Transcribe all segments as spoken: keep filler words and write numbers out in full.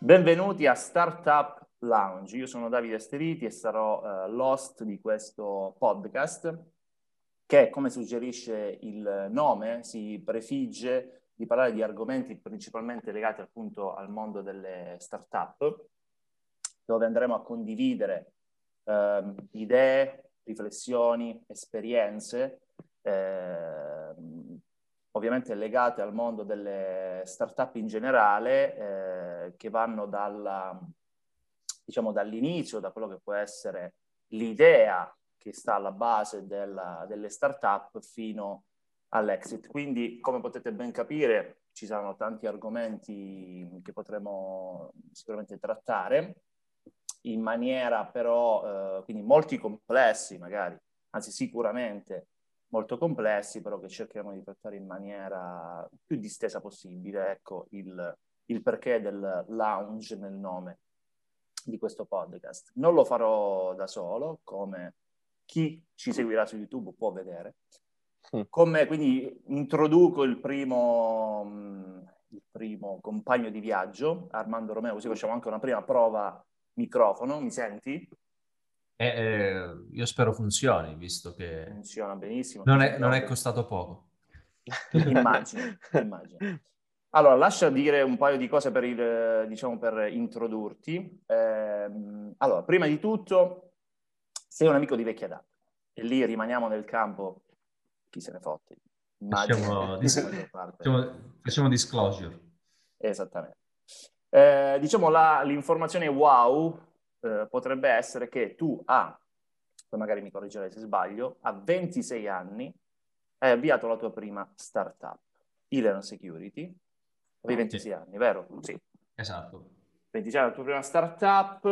Benvenuti a Startup Lounge. Io sono Davide Steriti e sarò uh, l'host di questo podcast che, come suggerisce il nome, si prefigge di parlare di argomenti principalmente legati appunto al mondo delle startup, dove andremo a condividere uh, idee, riflessioni, esperienze, eh, ovviamente legate al mondo delle startup in generale, eh, che vanno dalla, diciamo, dall'inizio, da quello che può essere l'idea che sta alla base della, delle startup fino all'exit. Quindi, come potete ben capire, ci saranno tanti argomenti che potremo sicuramente trattare, in maniera però, eh, quindi molti complessi magari, anzi sicuramente, molto complessi, però che cercheremo di trattare in maniera più distesa possibile. Ecco il, il perché del lounge nel nome di questo podcast. Non lo farò da solo, come chi ci seguirà su YouTube può vedere. Con me, quindi, introduco il primo, il primo compagno di viaggio, Armando Romeo, così facciamo anche una prima prova microfono. Mi senti? Eh, eh, io spero funzioni, visto che Funziona benissimo. non è, non è costato poco. Immagino, immagino. Allora, lascia dire un paio di cose per, il, diciamo, per introdurti. Eh, allora, prima di tutto, sei un amico di vecchia data e lì rimaniamo nel campo, chi se ne fotte. Facciamo, Immagino che dis- la maggior parte. facciamo, facciamo disclosure. Esattamente. Eh, diciamo, la, l'informazione wow eh, potrebbe essere che tu a, poi magari mi correggerai se sbaglio, a ventisei anni hai avviato la tua prima startup, Ileron Security. Avevi ventisei Sì, anni, vero? Sì. esatto. ventisei anni, la tua prima startup,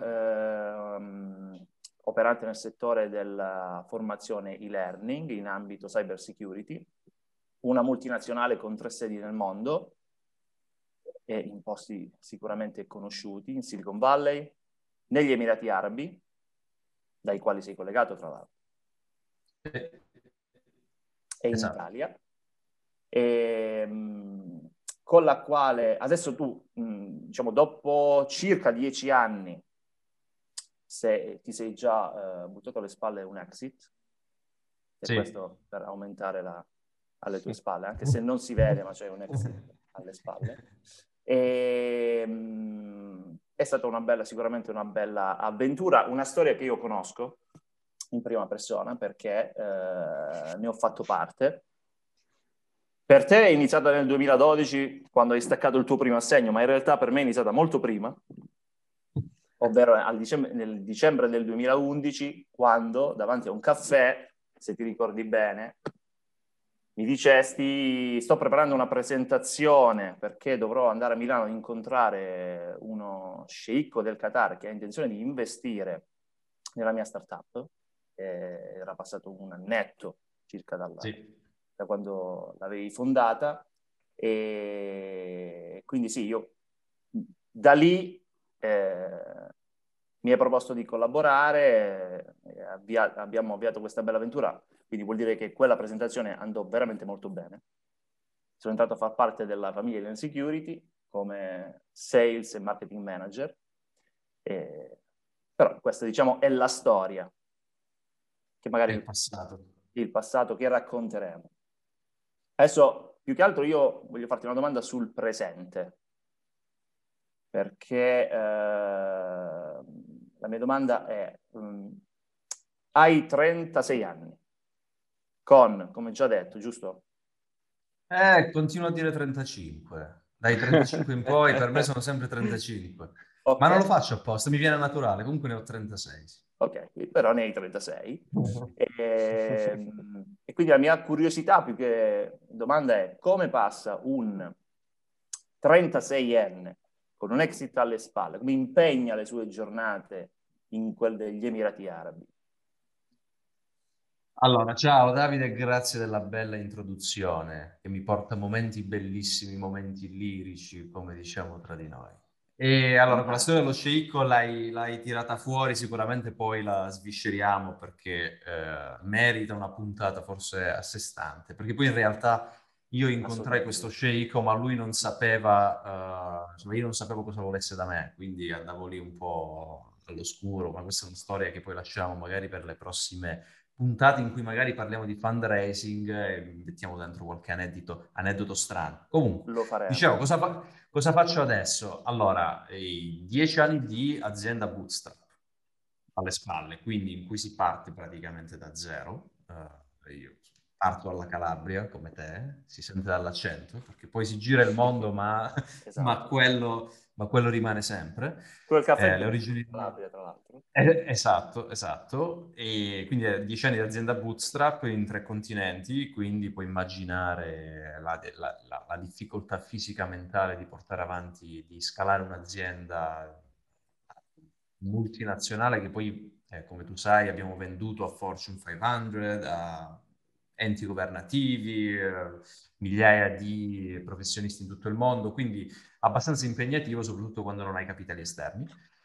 ehm, operante nel settore della formazione e-learning in ambito cyber security, una multinazionale con tre sedi nel mondo e in posti sicuramente conosciuti, in Silicon Valley, negli Emirati Arabi, dai quali sei collegato tra l'altro, Sì, e in esatto. Italia, e, mh, con la quale adesso tu, mh, diciamo, dopo circa dieci anni, se ti sei già uh, buttato alle spalle un exit, e Sì. questo per aumentare la, alle tue spalle, anche se non si vede, ma c'è un exit alle spalle. E, mh, è stata una bella, sicuramente una bella avventura, una storia che io conosco in prima persona perché eh, ne ho fatto parte. Per te è iniziata nel duemiladodici, quando hai staccato il tuo primo assegno, ma in realtà per me è iniziata molto prima, ovvero al dicembre, nel dicembre del duemilaundici, quando davanti a un caffè, se ti ricordi bene, mi dicesti: sto preparando una presentazione perché dovrò andare a Milano ad incontrare uno sceicco del Qatar che ha intenzione di investire nella mia startup. Eh, era passato un annetto circa dalla, Sì. da quando l'avevi fondata, e quindi sì, io da lì eh, mi hai proposto di collaborare, eh, avvia- abbiamo avviato questa bella avventura, quindi vuol dire che quella presentazione andò veramente molto bene. Sono entrato a far parte della famiglia Alien Security come sales e marketing manager, e... però questa, diciamo, è la storia, che È il magari passato. il passato che racconteremo. Adesso, più che altro, io voglio farti una domanda sul presente, perché eh, la mia domanda è: mh, hai trentasei anni, con, come già detto, giusto? Eh, continuo a dire trentacinque. Dai trentacinque in poi, per me sono sempre trentacinque. Ma Ok, non lo faccio apposta, mi viene naturale. Comunque ne ho trentasei. Sì. ok, però ne hai trentasei. E, e quindi la mia curiosità, più che domanda, è: come passa un trentaseienne con un exit alle spalle, come impegna le sue giornate in quelle degli Emirati Arabi? Allora, ciao Davide, grazie della bella introduzione che mi porta a momenti bellissimi, momenti lirici, come diciamo tra di noi. E allora, con la storia Immagino. dello sceicco l'hai, l'hai tirata fuori, sicuramente poi la svisceriamo perché eh, merita una puntata forse a sé stante, perché poi in realtà io incontrai Assolutamente questo sì. sceicco, ma lui non sapeva insomma, io non sapevo cosa volesse da me, quindi andavo lì un po' all'oscuro, ma questa è una storia che poi lasciamo magari per le prossime puntate in cui magari parliamo di fundraising e mettiamo dentro qualche aneddoto, aneddoto strano. Comunque, Lo faremo. dicevo, cosa, fa- cosa faccio adesso? Allora, i dieci anni di azienda bootstrap alle spalle, quindi in cui si parte praticamente da zero. Uh, io parto dalla Calabria, come te, si sente dall'accento, perché poi si gira il mondo, ma, Esatto. ma, quello, ma quello rimane sempre. Quel caffè Eh, le buono, origini... Calabria, tra l'altro. Eh, esatto, esatto. E quindi eh, dieci anni di azienda bootstrap in tre continenti, quindi puoi immaginare la, la- la- la difficoltà fisica mentale di portare avanti, di scalare un'azienda multinazionale che poi, eh, come tu sai, abbiamo venduto a Fortune cinquecento, a enti governativi, eh, migliaia di professionisti in tutto il mondo, quindi abbastanza impegnativo, soprattutto quando non hai capitali esterni.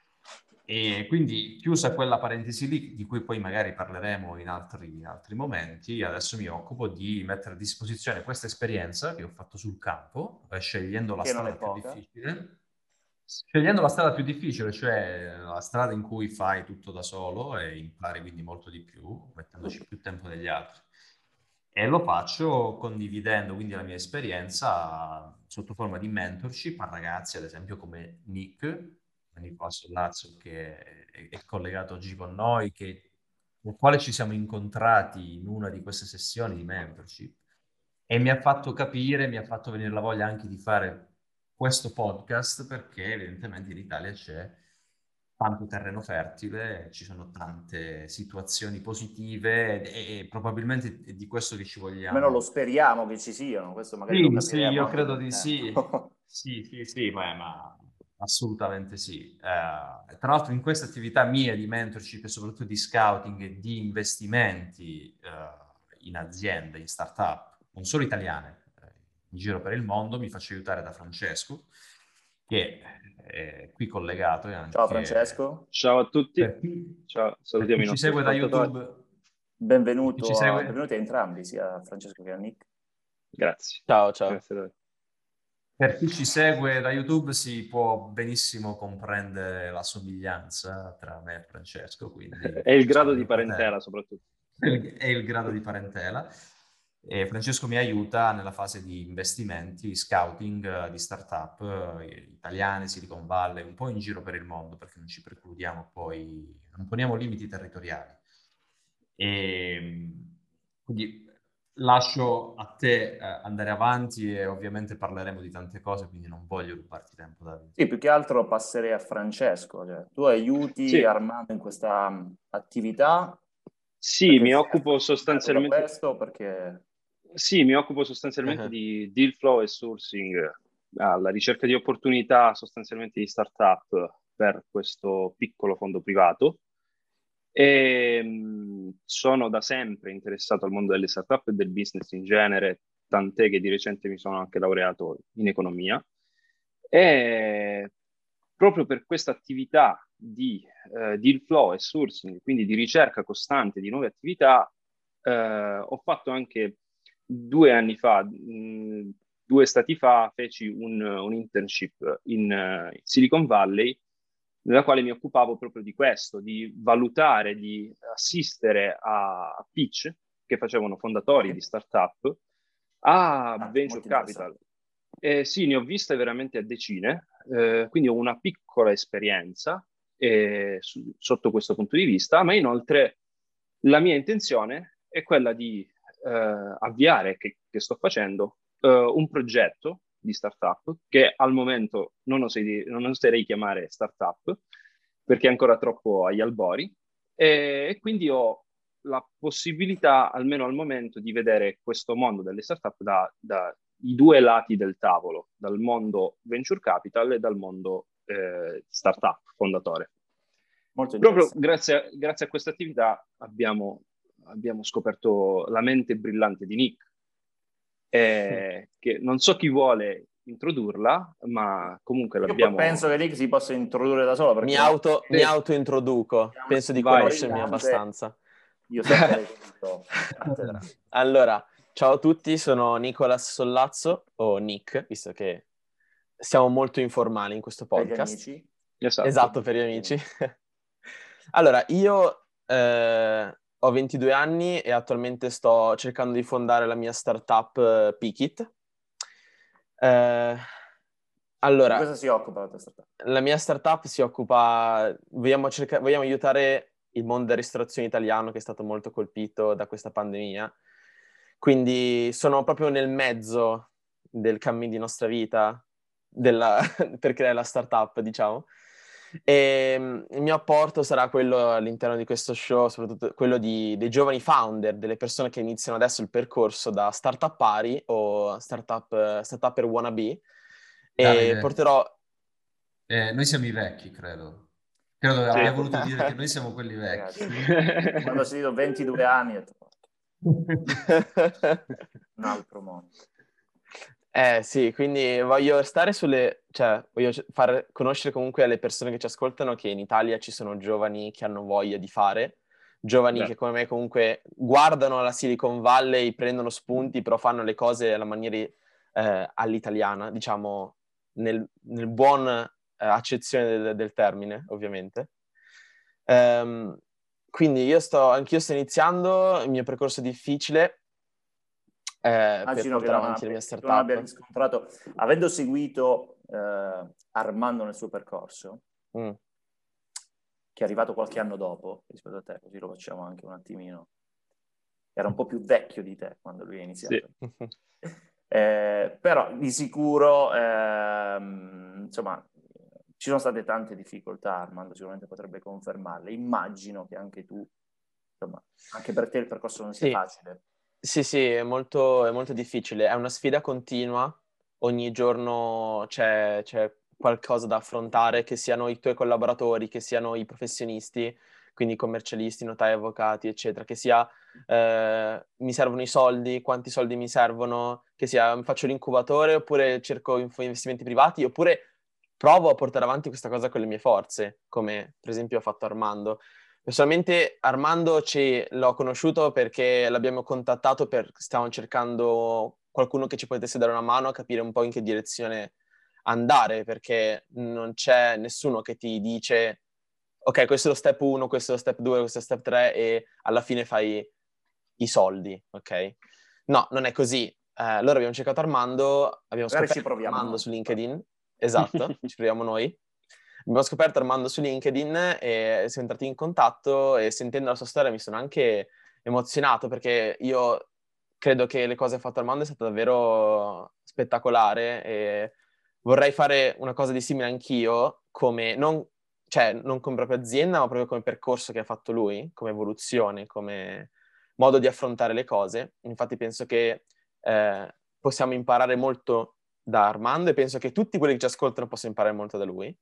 E quindi, chiusa quella parentesi lì, di cui poi magari parleremo in altri, in altri momenti, adesso mi occupo di mettere a disposizione questa esperienza che ho fatto sul campo, eh, scegliendo la Che non è strada più poca. difficile, scegliendo la strada più difficile, cioè la strada in cui fai tutto da solo e impari quindi molto di più, mettendoci più tempo degli altri. E lo faccio condividendo quindi la mia esperienza sotto forma di mentorship a ragazzi, ad esempio come Nick, Nicola Sollazzo, che è, è collegato oggi con noi, che, con il quale ci siamo incontrati in una di queste sessioni di mentorship e mi ha fatto capire, mi ha fatto venire la voglia anche di fare questo podcast perché evidentemente in Italia c'è tanto terreno fertile, ci sono tante situazioni positive e, e probabilmente è di questo che ci Almeno lo vogliamo. speriamo che ci siano, questo magari lo Sì, sì, capiremo io anche credo col di sì. tempo. Sì, sì, sì, ma, ma assolutamente sì. Eh, tra l'altro in questa attività mia di mentorship e soprattutto di scouting e di investimenti eh, in aziende, in startup, non solo italiane, eh, in giro per il mondo, mi faccio aiutare da Francesco, che è qui collegato e Ciao anche Francesco, Ciao a tutti, per chi, ciao, per salutiamo chi i ci nostri segue da ascoltatori. YouTube, per chi ci benvenuto a, segue. benvenuti a entrambi, sia a Francesco che a Nick. Grazie. Ciao, ciao. Grazie a te. Per chi ci segue da YouTube si può benissimo comprendere la somiglianza tra me e Francesco, quindi È il Francesco è grado di mio parentela fratello, soprattutto. è il, è il grado di parentela. E Francesco mi aiuta nella fase di investimenti, scouting eh, di startup eh, italiane, Silicon Valley, un po' in giro per il mondo, perché non ci precludiamo poi, non poniamo limiti territoriali. E, quindi lascio a te eh, andare avanti e ovviamente parleremo di tante cose, quindi non voglio rubarti tempo, Davide. Sì, più che altro passerei a Francesco, cioè, tu aiuti Sì, Armando in questa mh, attività sì, perché mi sei occupo affascinato da sostanzialmente, questo, perché sì, mi occupo sostanzialmente Uh-huh. di deal flow e sourcing, alla ricerca di opportunità sostanzialmente di startup per questo piccolo fondo privato. E mh, sono da sempre interessato al mondo delle startup e del business in genere, tant'è che di recente mi sono anche laureato in economia. E proprio per questa attività di eh, deal flow e sourcing, quindi di ricerca costante di nuove attività, eh, ho fatto anche due anni fa, mh, due estati fa, feci un, un internship in, uh, in Silicon Valley, nella quale mi occupavo proprio di questo, di valutare, di assistere a, a pitch che facevano fondatori di startup a ah, venture molto capital. interessante. Eh, sì, ne ho viste veramente a decine, eh, quindi ho una piccola esperienza eh, su- sotto questo punto di vista, ma inoltre la mia intenzione è quella di eh, avviare, che, che sto facendo, eh, un progetto di startup che al momento non, oserei, non oserei chiamare startup perché è ancora troppo agli albori e, e quindi ho la possibilità, almeno al momento, di vedere questo mondo delle startup da, da i due lati del tavolo, dal mondo venture capital e dal mondo eh, startup fondatore. Molto Proprio interessante. grazie a, grazie a questa attività abbiamo, abbiamo scoperto la mente brillante di Nick, eh, che non so chi vuole introdurla, ma comunque Io l'abbiamo... penso che Nick si possa introdurre da solo perché Mi auto, Sì. mi autointroduco, è una penso di Vai. conoscermi brillante abbastanza. Giuseppe cattedra. Allora, ciao a tutti, sono Nicolas Sollazzo, o Nick, visto che siamo molto informali in questo Per gli podcast. amici. Esatto. Esatto, per gli amici. Allora, io eh, ho ventidue anni e attualmente sto cercando di fondare la mia startup eh, Pickit. Eh, Di allora, cosa si occupa la tua startup? la mia startup si occupa, vogliamo, cerca- vogliamo aiutare il mondo della ristorazione italiano che è stato molto colpito da questa pandemia. Quindi sono proprio nel mezzo del cammino di nostra vita della- per creare la startup, diciamo. E mm, il mio apporto sarà quello all'interno di questo show, soprattutto quello di- dei giovani founder, delle persone che iniziano adesso il percorso da startup pari o startup, startupper wannabe. E Davide, porterò... eh, noi siamo i vecchi, credo. Credo Sì. abbia voluto dire che noi siamo quelli vecchi. Ragazzi, quando ho sentito ventidue anni ho detto, un altro mondo. Eh sì, quindi voglio stare sulle, cioè voglio c- far conoscere comunque alle persone che ci ascoltano che in Italia ci sono giovani che hanno voglia di fare, giovani Beh. che come me comunque guardano la Silicon Valley, prendono spunti, però fanno le cose alla maniera eh, all'italiana, diciamo nel, nel buon eh, accezione del, del termine, ovviamente. Ehm, quindi io sto, anch'io sto iniziando, il mio percorso è difficile eh, per Immagino che portare non avanti la abbia, mia che tu non abbia startup. riscontrato, avendo seguito eh, Armando nel suo percorso, Mm. che è arrivato qualche anno dopo rispetto a te, così lo facciamo anche un attimino. Era un po' più vecchio di te quando lui ha iniziato. Sì. Eh, però di sicuro, ehm, insomma, ci sono state tante difficoltà, Armando sicuramente potrebbe confermarle. Immagino che anche tu, insomma, anche per te il percorso non sia Sì. facile. Sì, sì, è molto, è molto difficile, è una sfida continua, ogni giorno c'è, c'è qualcosa da affrontare, che siano i tuoi collaboratori, che siano i professionisti, quindi i commercialisti, notai, avvocati, eccetera, che sia eh, mi servono i soldi, quanti soldi mi servono, che sia faccio l'incubatore oppure cerco inf- investimenti privati, oppure provo a portare avanti questa cosa con le mie forze, come per esempio ha fatto Armando. Personalmente Armando ci, l'ho conosciuto perché l'abbiamo contattato per stavamo cercando qualcuno che ci potesse dare una mano a capire un po' in che direzione andare, perché non c'è nessuno che ti dice ok, questo è lo step uno, questo è lo step due, questo è lo step tre e alla fine fai i soldi, ok? No, non è così. Eh, allora abbiamo cercato Armando, abbiamo Magari ci scoperto proviamo Armando noi. su LinkedIn, esatto, ci proviamo noi. Abbiamo scoperto Armando su LinkedIn e siamo entrati in contatto e sentendo la sua storia mi sono anche emozionato perché io credo che le cose fatte Armando è stata davvero spettacolare e vorrei fare una cosa di simile anch'io, come non, cioè, non come propria azienda, ma proprio come percorso che ha fatto lui, come evoluzione, come modo di affrontare le cose. Infatti penso che eh, possiamo imparare molto da Armando e penso che tutti quelli che ci ascoltano possono imparare molto da lui.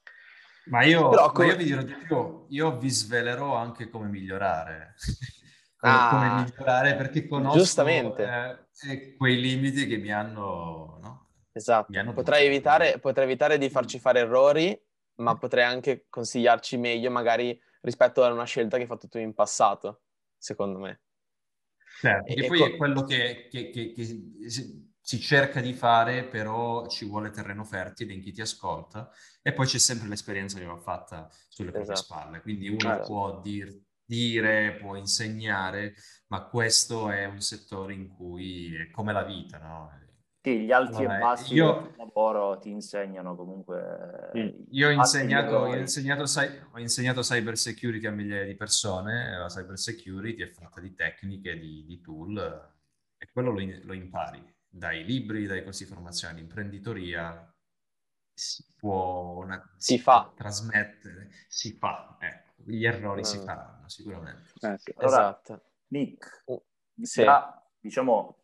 Ma io, Però ma io come... vi dirò di più, io vi svelerò anche come migliorare, come, come Ah, migliorare perché conosco giustamente, eh, eh, quei limiti che mi hanno, no? Mi esatto. hanno Potrei toccato. evitare, potrei evitare di farci fare errori, ma potrei anche consigliarci meglio magari rispetto a una scelta che hai fatto tu in passato, secondo me. Certo, E, che e poi è co- quello che, che- che- che si si cerca di fare, però ci vuole terreno fertile in chi ti ascolta e poi c'è sempre l'esperienza che va fatta sulle proprie esatto, spalle. Quindi uno Eh, sì. esatto. può dir- dire, può insegnare, ma questo è un settore in cui è come la vita, no? Sì, gli alti e Allora, bassi del tuo io, lavoro ti insegnano comunque Mm. eh, io ho i fatti e gli insegnato, io ho errori. insegnato, cy- ho insegnato cyber security a migliaia di persone, e la cyber security è fatta di tecniche, di, di tool, e quello lo, in- lo impari dai libri, dai corsi di formazione di imprenditoria, si può, una- Si si fa. può trasmettere, si fa, ecco, gli errori si Mm, faranno sicuramente. Eh, sì. Allora, esatto. Nick, Uh, sì, da, diciamo,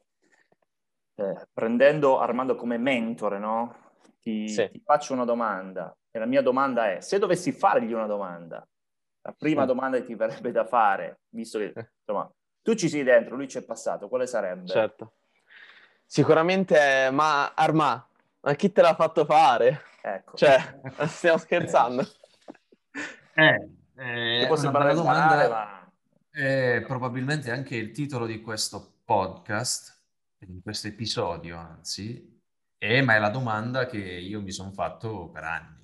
eh, prendendo Armando come mentore, no? Ti, sì. ti faccio una domanda e la mia domanda è, se dovessi fargli una domanda, la prima Mm. domanda che ti verrebbe da fare, visto che, insomma, tu ci sei dentro, lui ci è passato, quale sarebbe? Certo. Sicuramente, è, ma Armà, ma chi te l'ha fatto fare? Ecco. Cioè, stiamo scherzando? Eh, Che è può una bella sembrare banale, domanda. ma... È probabilmente anche il titolo di questo podcast, di questo episodio, anzi, Eh, ma è la domanda che io mi sono fatto per anni.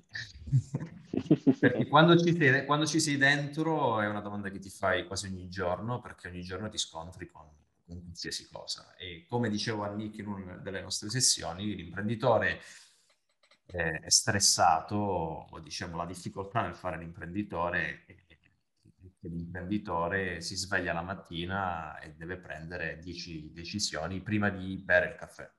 Perché quando ci, sei, quando ci sei dentro è una domanda che ti fai quasi ogni giorno, perché ogni giorno ti scontri con, con qualsiasi cosa. E come dicevo a Nick in una delle nostre sessioni, l'imprenditore eh, è stressato, o diciamo la difficoltà nel fare l'imprenditore è che l'imprenditore si sveglia la mattina e deve prendere dieci decisioni prima di bere il caffè.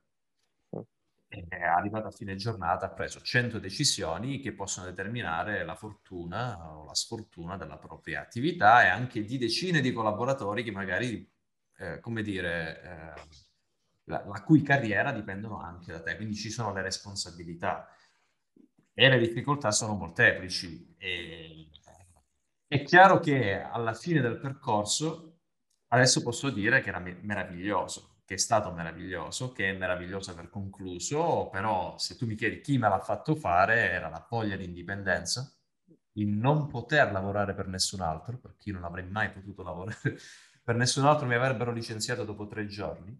E è arrivato a fine giornata, ha preso cento decisioni che possono determinare la fortuna o la sfortuna della propria attività e anche di decine di collaboratori che magari, eh, come dire, eh, la, la cui carriera dipendono anche da te, quindi ci sono le responsabilità e le difficoltà sono molteplici. E è chiaro che alla fine del percorso adesso posso dire che era me- meraviglioso, che è stato meraviglioso, che è meraviglioso aver concluso, però se tu mi chiedi chi me l'ha fatto fare, era la voglia di indipendenza, di non poter lavorare per nessun altro, perché io non avrei mai potuto lavorare per nessun altro, mi avrebbero licenziato dopo tre giorni,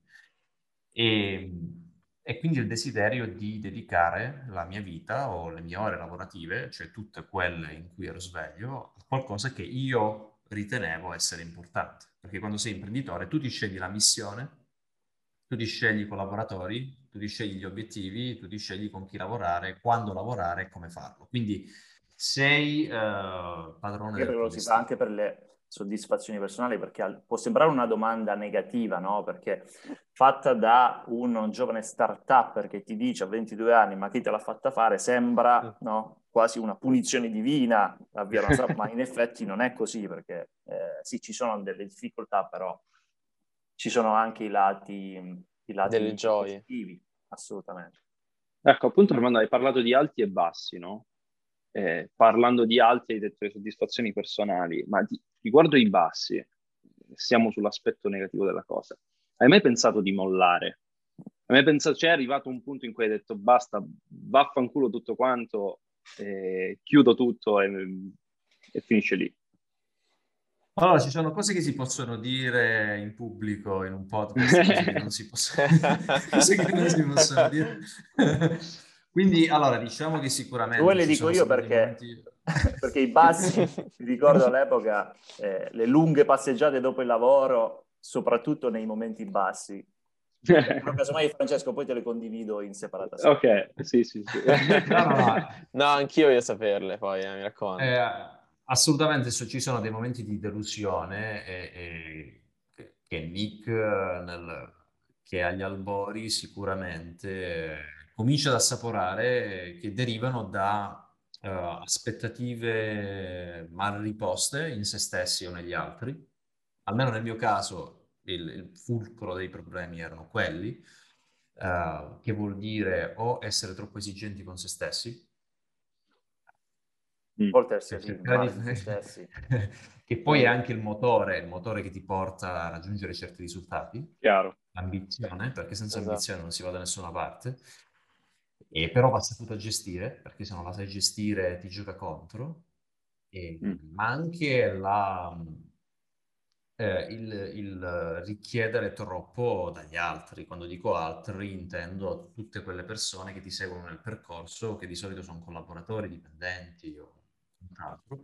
e, e quindi il desiderio di dedicare la mia vita o le mie ore lavorative, cioè tutte quelle in cui ero sveglio, a qualcosa che io ritenevo essere importante. Perché quando sei imprenditore tu ti scegli la missione, tu ti scegli i collaboratori, tu ti scegli gli obiettivi, tu ti scegli con chi lavorare, quando lavorare e come farlo. Quindi sei eh, padrone Io del perché tuo lo si fa destino. anche per le soddisfazioni personali, perché al- può sembrare una domanda negativa, no? Perché fatta da un giovane startup che ti dice a ventidue anni, ma chi te l'ha fatta fare, sembra, no? Quasi una punizione divina avviare una startup, ma in effetti non è così, perché eh, sì, ci sono delle difficoltà, però ci sono anche i lati, i Delle lati gioie. positivi, assolutamente. Ecco, appunto, Armando, hai parlato di alti e bassi, no? Eh, parlando di alti hai detto le soddisfazioni personali, ma di- riguardo i bassi, siamo sull'aspetto negativo della cosa. Hai mai pensato di mollare? Hai mai pensato, cioè è arrivato un punto in cui hai detto basta, vaffanculo tutto quanto, eh, chiudo tutto e, e finisce lì? Allora, ci sono cose che si possono dire in pubblico, in un podcast, cose che non si possono, cose che non si possono dire. Quindi, allora, diciamo che Se vuoi sicuramente le ci dico sono io stati dei perché, momenti... perché i bassi, mi ricordo all'epoca, eh, le lunghe passeggiate dopo il lavoro, soprattutto nei momenti bassi. Però casomai Francesco poi te le condivido in separata sede. Ok, sì, sì, sì. No, no, no. No, anch'io voglio saperle poi, eh, mi raccomando. Eh, assolutamente so- ci sono dei momenti di delusione e, e- che che Nick, eh, nel- che agli albori sicuramente eh, comincia ad assaporare, che derivano da eh, aspettative mal riposte in se stessi o negli altri. Almeno nel mio caso il, il fulcro dei problemi erano quelli, eh, che vuol dire o essere troppo esigenti con se stessi, Mm, Oltre ad per essere sì, il cercare male di se di... stessi. che poi è anche il motore, il motore che ti porta a raggiungere certi risultati, chiaro. l'ambizione, perché senza Esatto. ambizione non si va da nessuna parte, e però va saputa gestire, perché se non la sai gestire ti gioca contro, e- Mm, ma anche la, eh, il, il richiedere troppo dagli altri. Quando dico altri intendo tutte quelle persone che ti seguono nel percorso, che di solito sono collaboratori, dipendenti o altro,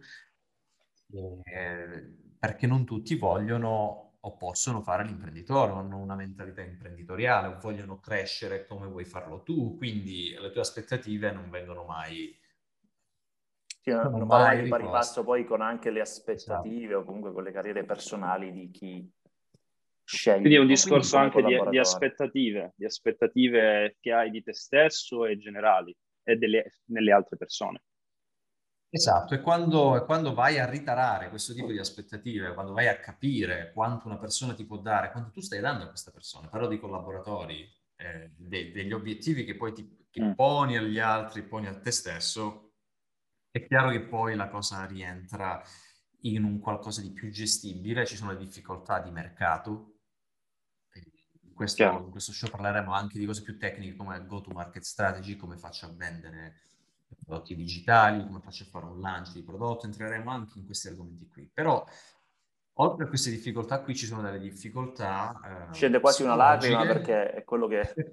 eh, perché non tutti vogliono o possono fare l'imprenditore, o hanno una mentalità imprenditoriale, o vogliono crescere come vuoi farlo tu, quindi le tue aspettative non vengono mai, Sì, non sono non vanno mai mai di pari riposte. passo poi con anche le Esatto. aspettative o comunque con le carriere personali di chi Quindi è scegli un come, discorso Quindi come anche di, di collaboratore. aspettative, di aspettative che hai di te stesso e generali e delle, nelle altre persone. esatto, e quando, e quando vai a ritarare questo tipo di aspettative, quando vai a capire quanto una persona ti può dare, quanto tu stai dando a questa persona, parlo di collaboratori, eh, de- degli obiettivi che poi ti, che Mm, poni agli altri, poni a te stesso, è chiaro che poi la cosa rientra in un qualcosa di più gestibile, ci sono le difficoltà di mercato. In questo, chiaro. in questo show parleremo anche di cose più tecniche come go-to-market strategy, come faccio a vendere prodotti digitali, come faccio a fare un lancio di prodotto, entreremo anche in questi argomenti qui. Però, oltre a queste difficoltà, qui ci sono delle difficoltà eh, Scende quasi una lacrima psicologiche. perché è quello che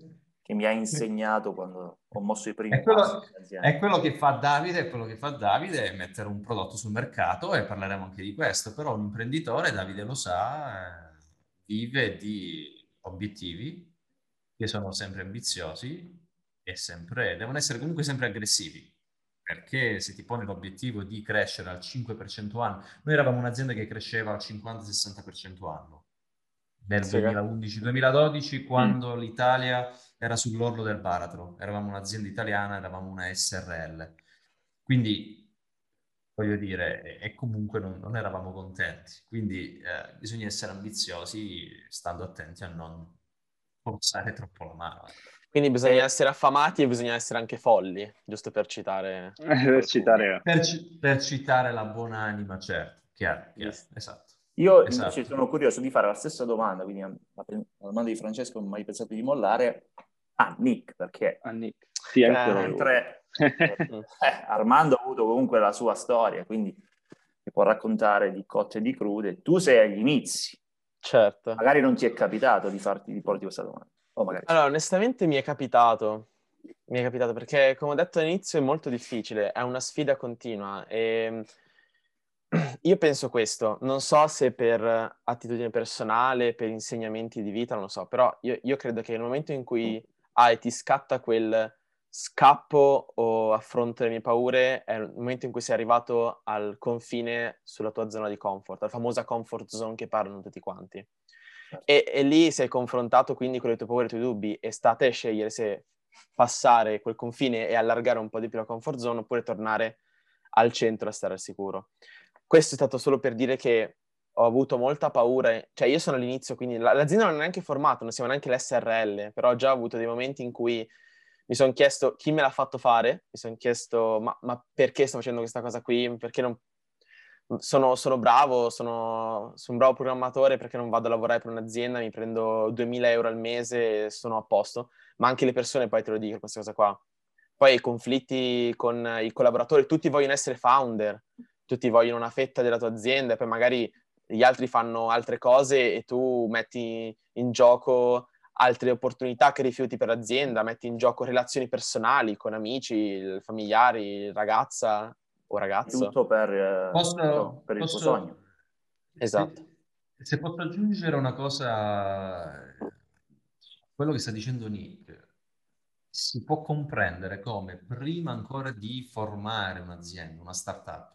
che mi ha insegnato quando ho mosso i primi È quello, passi in azienda. è quello che fa Davide, è quello che fa Davide è mettere un prodotto sul mercato, e parleremo anche di questo, però un imprenditore, Davide lo sa, eh, vive di obiettivi che sono sempre ambiziosi e sempre, devono essere comunque sempre aggressivi, perché se ti poni l'obiettivo di crescere al cinque per cento anno, noi eravamo un'azienda che cresceva al cinquanta sessanta per cento anno nel Sì, duemilaundici duemiladodici, quando l'Italia era sull'orlo del baratro, eravamo un'azienda italiana, eravamo una S R L, quindi voglio dire, e comunque non, non eravamo contenti, quindi eh, bisogna essere ambiziosi stando attenti a non forzare troppo la mano. Quindi bisogna Eh, essere affamati e bisogna essere anche folli, giusto per citare per qualcuno. citare... Per, ci- per citare la buona anima, certo, chiaro, chiaro, Visto. esatto. Io invece Esatto. sono curioso di fare la stessa domanda, quindi la la domanda di Francesco non ho mai pensato di mollare a Nick, perché Ah, Nick. Sì, anche io Eh, l'avevo. mentre eh, Armando ha avuto comunque la sua storia, quindi mi può raccontare di cotte e di crude, tu sei agli inizi, certo. magari non ti è capitato di farti di porti questa domanda, o magari sì. Allora, onestamente mi è capitato, mi è capitato perché, come ho detto all'inizio, è molto difficile, è una sfida continua e io penso questo, non so se per attitudine personale, per insegnamenti di vita, non lo so, però io, io credo che nel momento in cui hai, ti scatta quel scappo o affronto le mie paure, è il momento in cui sei arrivato al confine sulla tua zona di comfort, la famosa comfort zone che parlano tutti quanti. E, e lì sei confrontato quindi con le tue paure e i tuoi dubbi e sta a te scegliere se passare quel confine e allargare un po' di più la comfort zone oppure tornare al centro a stare al sicuro. Questo è stato solo per dire che ho avuto molta paura, cioè io sono all'inizio, quindi l'azienda non è neanche formata, non siamo neanche l'S R L, però ho già avuto dei momenti in cui mi sono chiesto chi me l'ha fatto fare, mi sono chiesto ma, ma perché sto facendo questa cosa qui, perché non... Sono, sono bravo, sono, sono un bravo programmatore, perché non vado a lavorare per un'azienda, mi prendo duemila euro al mese e sono a posto, ma anche le persone poi te lo dicono questa cosa qua. Poi i conflitti con i collaboratori, tutti vogliono essere founder, tutti vogliono una fetta della tua azienda e poi magari gli altri fanno altre cose e tu metti in gioco altre opportunità che rifiuti per l'azienda, metti in gioco relazioni personali con amici, familiari, ragazza o ragazzo. Tutto per, eh, insomma, Posso, per il tuo posso, sogno. Esatto. se, se posso aggiungere una cosa a quello che sta dicendo Nick, si può comprendere come prima ancora di formare un'azienda, una startup,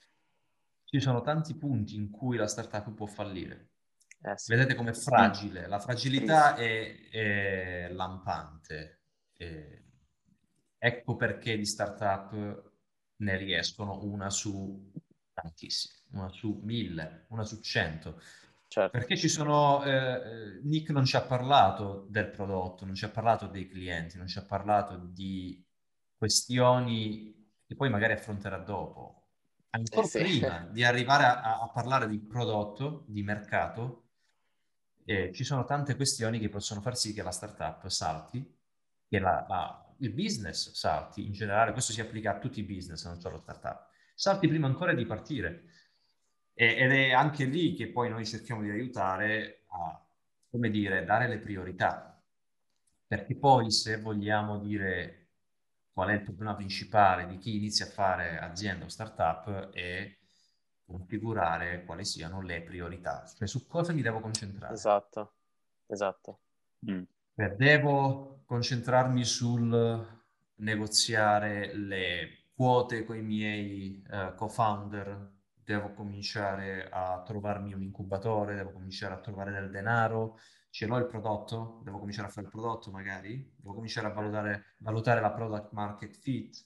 ci sono tanti punti in cui la startup può fallire. Eh sì. Vedete com'è fragile? La fragilità è, è lampante. E ecco perché di startup ne riescono una su tantissime, una su mille, una su cento. Certo. Perché ci sono... Eh, Nick non ci ha parlato del prodotto, non ci ha parlato dei clienti, non ci ha parlato di questioni che poi magari affronterà dopo. Eh Ancora sì. prima di arrivare a, a parlare di prodotto, di mercato, eh, ci sono tante questioni che possono far sì che la startup salti, che la, la, il business salti in generale, questo si applica a tutti i business, non solo startup, salti prima ancora di partire. E, ed è anche lì che poi noi cerchiamo di aiutare a, come dire, dare le priorità. Perché poi se vogliamo dire qual è il problema principale di chi inizia a fare azienda o startup è configurare quali siano le priorità, cioè su cosa mi devo concentrare. Esatto, esatto. Mm. Beh, devo concentrarmi sul negoziare le quote con i miei uh, co-founder, devo cominciare a trovarmi un incubatore, devo cominciare a trovare del denaro, ce l'ho il prodotto, devo cominciare a fare il prodotto magari, devo cominciare a valutare, valutare la product market fit.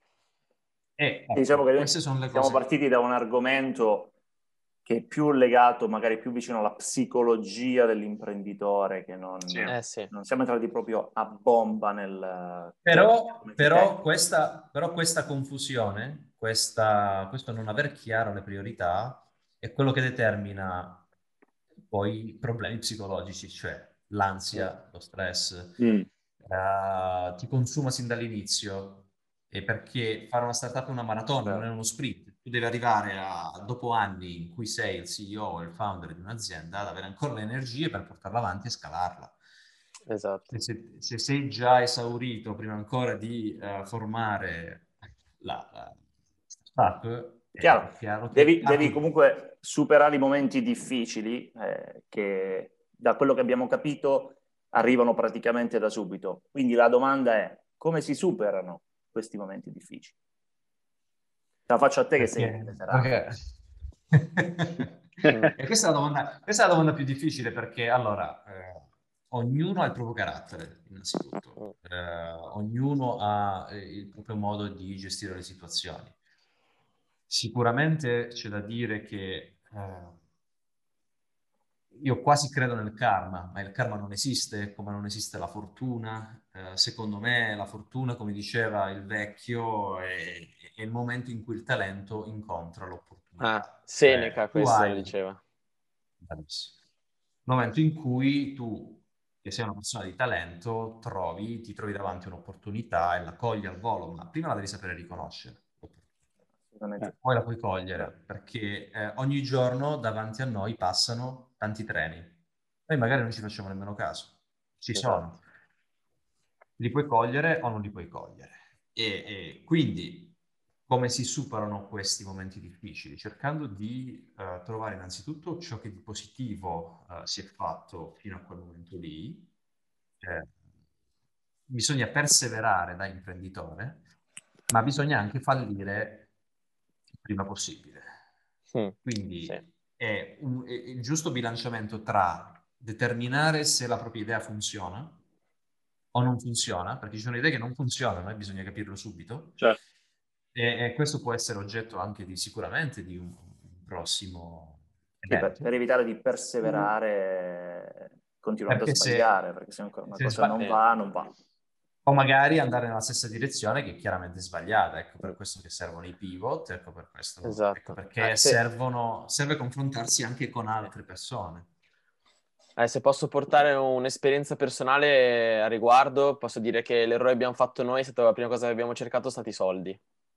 E ecco, Diciamo che queste sono le siamo cose. partiti da un argomento che è più legato, magari più vicino alla psicologia dell'imprenditore, che non, Sì. Eh sì. non siamo entrati proprio a bomba nel... Però, come però, questa, però questa confusione, questa, questo non aver chiaro le priorità è quello che determina poi i problemi psicologici, cioè l'ansia, lo stress, Mm. eh, ti consuma sin dall'inizio, e perché fare una startup è una maratona, non è uno sprint. Tu devi arrivare a, dopo anni in cui sei il C E O o il founder di un'azienda, ad avere ancora le energie per portarla avanti e scalarla. Esatto. Se, se sei già esaurito prima ancora di uh, formare la, la startup, Chiaro, è chiaro che devi, devi parti... comunque superare i momenti difficili eh, che da quello che abbiamo capito arrivano praticamente da subito. Quindi la domanda è: come si superano questi momenti difficili? La faccio a te che sei Perché, veterano. perché... e questa è la domanda, questa è la domanda più difficile perché allora eh, ognuno ha il proprio carattere, innanzitutto. Eh, ognuno ha eh, il proprio modo di gestire le situazioni. Sicuramente c'è da dire che eh, io quasi credo nel karma, ma il karma non esiste, come non esiste la fortuna. Eh, secondo me la fortuna, come diceva il vecchio, è, è il momento in cui il talento incontra Ah, l'opportunità. Seneca Cioè, tu questo lo hai... diceva. Bravissimo. Il momento in cui tu, che sei una persona di talento, trovi, ti trovi davanti un'opportunità e la cogli al volo, ma prima la devi sapere riconoscere. Eh, Poi la puoi cogliere, perché eh, ogni giorno davanti a noi passano tanti treni. Noi magari non ci facciamo nemmeno caso. Ci sono. Esatto. Li puoi cogliere o non li puoi cogliere. E, e quindi come si superano questi momenti difficili? Cercando di uh, trovare innanzitutto ciò che di positivo uh, si è fatto fino a quel momento lì. Eh, bisogna perseverare da imprenditore, ma bisogna anche fallire il prima possibile. Mm, sì. Quindi è, un, è il giusto bilanciamento tra determinare se la propria idea funziona o non funziona, perché ci sono idee che non funzionano e bisogna capirlo subito, certo. e, e questo può essere oggetto anche di sicuramente di un, un prossimo Sì, per, evento. per evitare di perseverare continuando a Perché sbagliare, se, perché se una se cosa sba- non Sì. va, non va. o magari andare nella stessa direzione che è chiaramente sbagliata. Ecco Mm, per questo che servono i pivot, ecco per questo, ecco esatto. perché Eh, se, servono, serve confrontarsi anche con altre persone. eh, se posso portare un'esperienza personale a riguardo, posso dire che l'errore che abbiamo fatto noi è stata la prima cosa che abbiamo cercato, sono stati i soldi.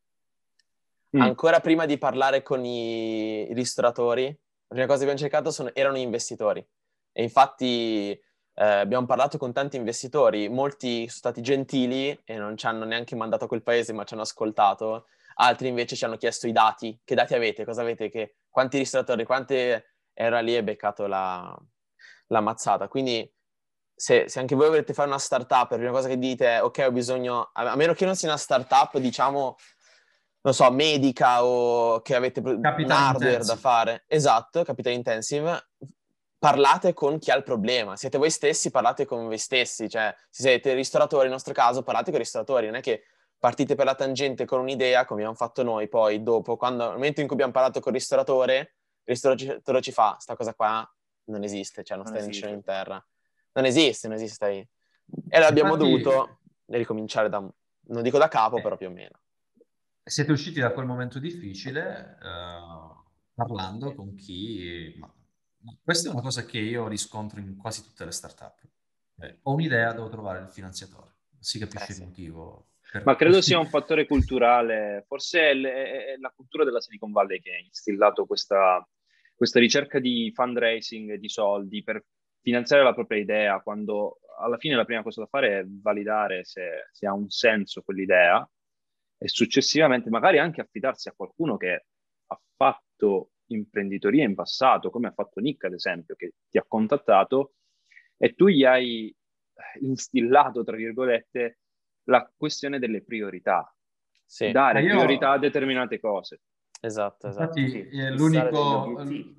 Mm. Ancora prima di parlare con i ristoratori, la prima cosa che abbiamo cercato sono- erano gli investitori. E infatti eh, abbiamo parlato con tanti investitori, molti sono stati gentili e non ci hanno neanche mandato a quel paese, ma ci hanno ascoltato. Altri invece ci hanno chiesto i dati. Che dati avete? Cosa avete? Che... Quanti ristoratori? Quante... Era lì e beccato la, la mazzata. Quindi se, se anche voi volete fare una startup, la prima cosa che dite è ok, ho bisogno, a, a meno che non sia una startup, diciamo, non so, medica o che avete un Capital hardware da intensive. fare. Esatto, capital intensive. Parlate con chi ha il problema. Siete voi stessi, parlate con voi stessi. Cioè, se siete ristoratori, nel nostro caso, parlate con i ristoratori. Non è che partite per la tangente con un'idea, come abbiamo fatto noi, poi dopo, quando, nel momento in cui abbiamo parlato con il ristoratore, il ristoratore ci fa, sta cosa qua non esiste, cioè non Non stai in cielo in esiste. terra. Non esiste, non esiste. Stai... E l'abbiamo Infatti, dovuto ricominciare da, non dico da capo, però eh, più o meno. siete usciti da quel momento difficile eh, parlando con chi... Ma, ma questa è una cosa che io riscontro in quasi tutte le startup. Eh, ho un'idea, devo trovare il finanziatore. Si Eh capisce il sì. motivo per Ma credo sia cui... un fattore culturale, forse è, l- è la cultura della Silicon Valley che ha instillato questa, questa ricerca di fundraising, di soldi per finanziare la propria idea, quando alla fine la prima cosa da fare è validare se, se ha un senso quell'idea e successivamente magari anche affidarsi a qualcuno che ha fatto imprenditoria in passato, come ha fatto Nick ad esempio, che ti ha contattato e tu gli hai instillato, tra virgolette, la questione delle priorità, Sì, Ma dare priorità a io, determinate cose. esatto, esatto. infatti, Sì, eh, fissare degli l'unico... obiettivi.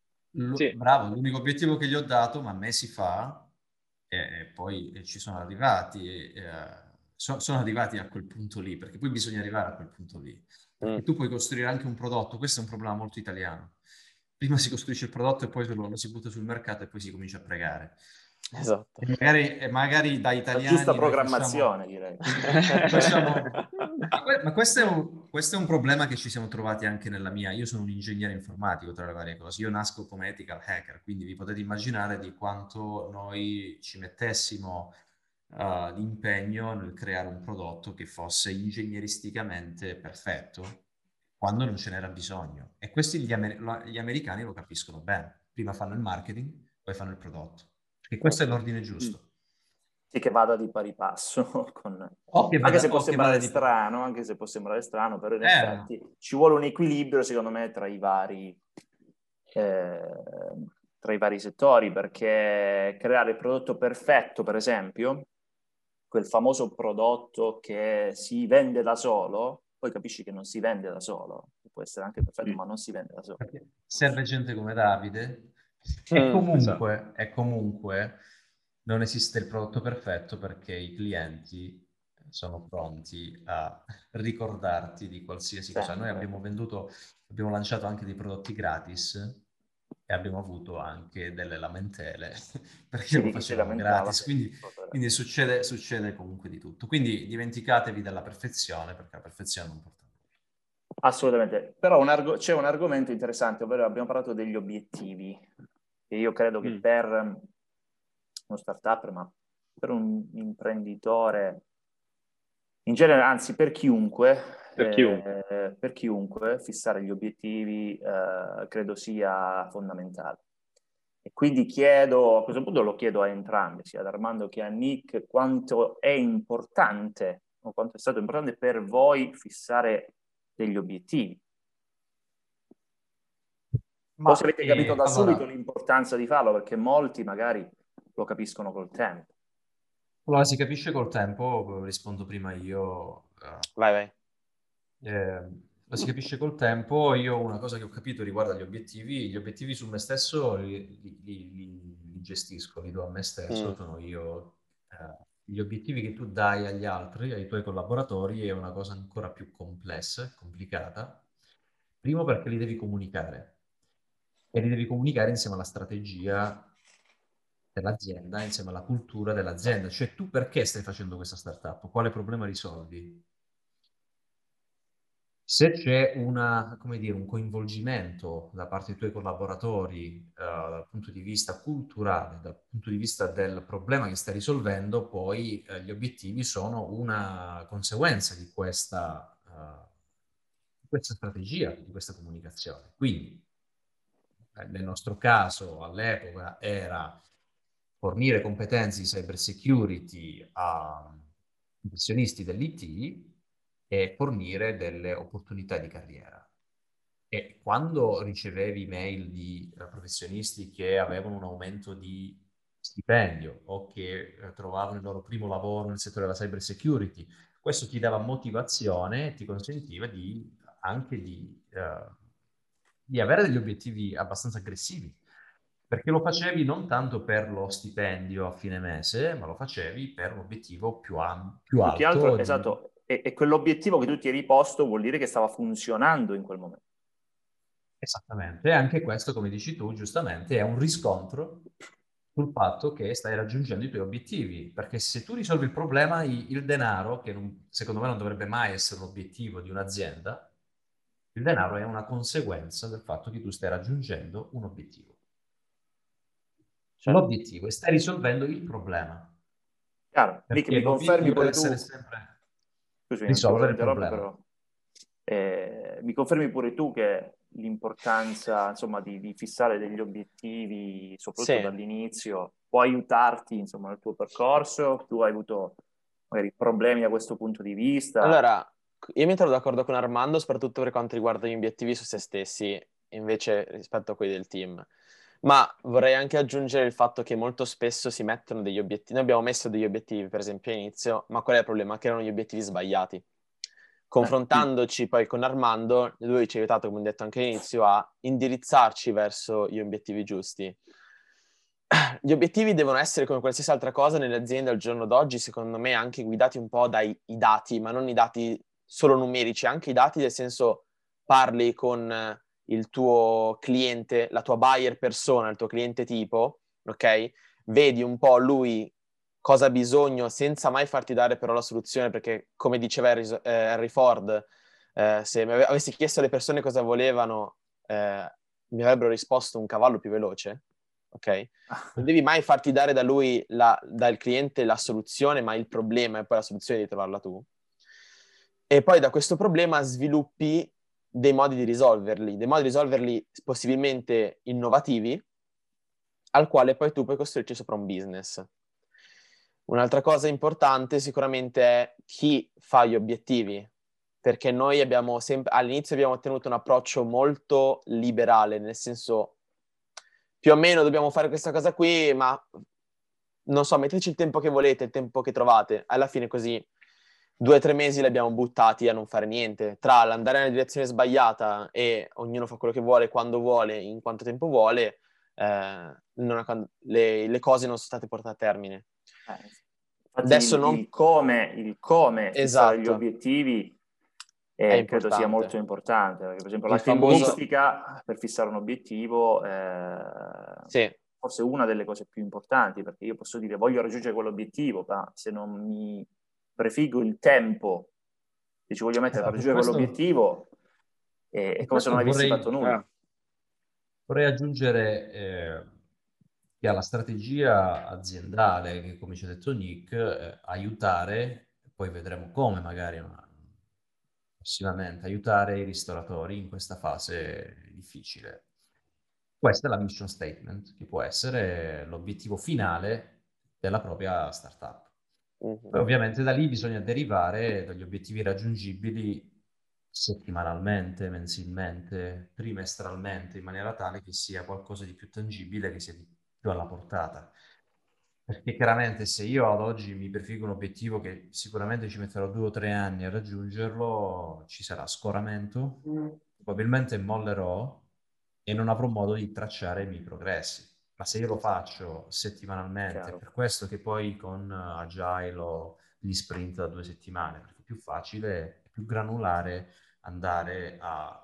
l- Sì, bravo, l'unico obiettivo che gli ho dato, ma mesi fa, e, e poi eh, ci sono arrivati, e, eh, so- sono arrivati a quel punto lì, perché poi bisogna arrivare a quel punto lì. Mm, Perché tu puoi costruire anche un prodotto, questo è un problema molto italiano. Prima si costruisce il prodotto e poi lo, lo si butta sul mercato e poi si comincia a pregare. esatto. E magari, e magari da La giusta italiani noi facciamo, programmazione, direi. facciamo... Ma, que- ma questo è un, questo è un problema che ci siamo trovati anche nella mia. Io sono un ingegnere informatico tra le varie cose. Io nasco come ethical hacker, quindi vi potete immaginare di quanto noi ci mettessimo uh, l'impegno nel creare un prodotto che fosse ingegneristicamente perfetto quando non ce n'era bisogno. E questi gli, amer- lo- gli americani lo capiscono bene. Prima fanno il marketing, poi fanno il prodotto. Perché questo è l'ordine mm, giusto. Sì, che vada di pari passo con... O che Anche vada, se può o che vada sembrare di... strano, anche se può sembrare strano, però in Eh, effetti ci vuole un equilibrio, secondo me, tra i vari, eh, tra i vari settori, perché creare il prodotto perfetto, per esempio, quel famoso prodotto che si vende da solo, poi capisci che non si vende da solo, può essere anche perfetto, Mm. ma non si vende da solo. perché serve gente come Davide e Mm, comunque, e comunque non esiste il prodotto perfetto perché i clienti sono pronti a ricordarti di qualsiasi cosa. Noi Sempre. abbiamo venduto, abbiamo lanciato anche dei prodotti gratis e abbiamo avuto anche delle lamentele perché Sì, lo di chi si facevamo lamentava. gratis, quindi, quindi succede, succede comunque di tutto. Quindi dimenticatevi della perfezione perché la perfezione non porta a nulla. Assolutamente, però un argo- c'è un argomento interessante, ovvero abbiamo parlato degli obiettivi, e io credo che Mm. per uno startup, ma per un imprenditore, in genere, anzi per chiunque, Per chiunque. eh, per chiunque, fissare gli obiettivi eh, credo sia fondamentale. E quindi chiedo, a questo punto lo chiedo a entrambi, sia ad Armando che a Nick, quanto è importante o quanto è stato importante per voi fissare degli obiettivi. O se Ma avete capito eh, da subito allora, l'importanza di farlo, perché molti magari lo capiscono col tempo. allora si capisce col tempo, rispondo prima io. eh, vai, vai. Eh, lo si capisce col tempo. Io una cosa che ho capito riguardo agli obiettivi, gli obiettivi su me stesso li, li- li- li- li gestisco, li do a me stesso, Mm. sono io. Eh, gli obiettivi che tu dai agli altri, ai tuoi collaboratori, è una cosa ancora più complessa, e complicata. Primo perché li devi comunicare e li devi comunicare insieme alla strategia dell'azienda, insieme alla cultura dell'azienda. Cioè tu perché stai facendo questa startup? Quale problema risolvi? Se c'è una, come dire, un coinvolgimento da parte dei tuoi collaboratori, eh, dal punto di vista culturale, dal punto di vista del problema che stai risolvendo, poi eh, gli obiettivi sono una conseguenza di questa, eh, di questa strategia, di questa comunicazione. Quindi, eh, nel nostro caso, all'epoca, era fornire competenze di cyber security a professionisti dell'I T e fornire delle opportunità di carriera. E quando ricevevi mail di eh, professionisti che avevano un aumento di stipendio o che eh, trovavano il loro primo lavoro nel settore della cyber security, questo ti dava motivazione e ti consentiva di, anche di, eh, di avere degli obiettivi abbastanza aggressivi, perché lo facevi non tanto per lo stipendio a fine mese, ma lo facevi per un obiettivo più, am- più Più che altro, alto di... esatto, e, e quell'obiettivo che tu ti eri posto vuol dire che stava funzionando in quel momento. Esattamente, e anche questo, come dici tu, giustamente, è un riscontro sul fatto che stai raggiungendo i tuoi obiettivi, perché se tu risolvi il problema, i- il denaro, che non- secondo me non dovrebbe mai essere l'obiettivo di un'azienda, il denaro è una conseguenza del fatto che tu stai raggiungendo un obiettivo. Certo. L'obiettivo e stai risolvendo il problema, Chiaro, Nick, perché mi confermi l'obiettivo deve pure essere tu, sempre scusami, non ti volevo risolvere il interrompere, problema. però eh, mi confermi pure tu che l'importanza, insomma, di, di fissare degli obiettivi, soprattutto Sì. dall'inizio, può aiutarti, insomma, nel tuo percorso? Tu hai avuto magari problemi da questo punto di vista? Allora, io mi trovo d'accordo con Armando, soprattutto per quanto riguarda gli obiettivi su se stessi, invece rispetto a quelli del team. Ma vorrei anche aggiungere il fatto che molto spesso si mettono degli obiettivi. Noi abbiamo messo degli obiettivi, per esempio, all'inizio, ma qual è il problema? Che erano gli obiettivi sbagliati. Confrontandoci poi con Armando, lui ci ha aiutato, come ho detto anche all'inizio, a indirizzarci verso gli obiettivi giusti. Gli obiettivi devono essere, come qualsiasi altra cosa nelle aziende al giorno d'oggi, secondo me, anche guidati un po' dai i dati, ma non i dati solo numerici, anche i dati nel senso parli con il tuo cliente, la tua buyer persona, il tuo cliente tipo, ok? Vedi un po' lui cosa ha bisogno senza mai farti dare però la soluzione, perché come diceva Harry, eh, Harry Ford, eh, se mi avessi chiesto alle persone cosa volevano, eh, mi avrebbero risposto un cavallo più veloce, ok? Non devi mai farti dare da lui, la, dal cliente, la soluzione, ma il problema e poi la soluzione devi trovarla tu. E poi da questo problema sviluppi dei modi di risolverli, dei modi di risolverli possibilmente innovativi, al quale poi tu puoi costruirci sopra un business. Un'altra cosa importante sicuramente è chi fa gli obiettivi, perché noi abbiamo sempre, all'inizio abbiamo tenuto un approccio molto liberale, nel senso più o meno dobbiamo fare questa cosa qui, ma non so, metteteci il tempo che volete, il tempo che trovate. Alla fine così due o tre mesi li abbiamo buttati a non fare niente. Tra l'andare nella direzione sbagliata e ognuno fa quello che vuole, quando vuole, in quanto tempo vuole, eh, non è- le, le cose non sono state portate a termine. Eh, infatti Adesso il, non... il come, il come fissare gli Esatto, obiettivi è eh, credo sia importante. molto importante, perché per esempio Il la famoso... tempistica per fissare un obiettivo è Sì, forse una delle cose più importanti, perché io posso dire voglio raggiungere quell'obiettivo, ma se non mi prefiggo il tempo che ci voglio mettere per Esatto, raggiungere questo, quell'obiettivo, è, è e come se non questo avessi fatto vorrei, nulla. Ah, vorrei aggiungere eh, che alla strategia aziendale, che come ci ha detto Nick, eh, aiutare, poi vedremo come magari ma, prossimamente, aiutare i ristoratori in questa fase difficile. Questa è la mission statement, che può essere l'obiettivo finale della propria startup. mhm, Poi ovviamente da lì bisogna derivare dagli obiettivi raggiungibili settimanalmente, mensilmente, trimestralmente, in maniera tale che sia qualcosa di più tangibile, che sia di più alla portata. Perché chiaramente se io ad oggi mi prefiggo un obiettivo che sicuramente ci metterò due o tre anni a raggiungerlo, ci sarà scoramento, probabilmente mollerò e non avrò modo di tracciare i miei progressi. Ma se io lo faccio settimanalmente, Chiaro. per questo che poi con eh, Agile ho gli sprint da due settimane, perché è più facile, è più granulare andare a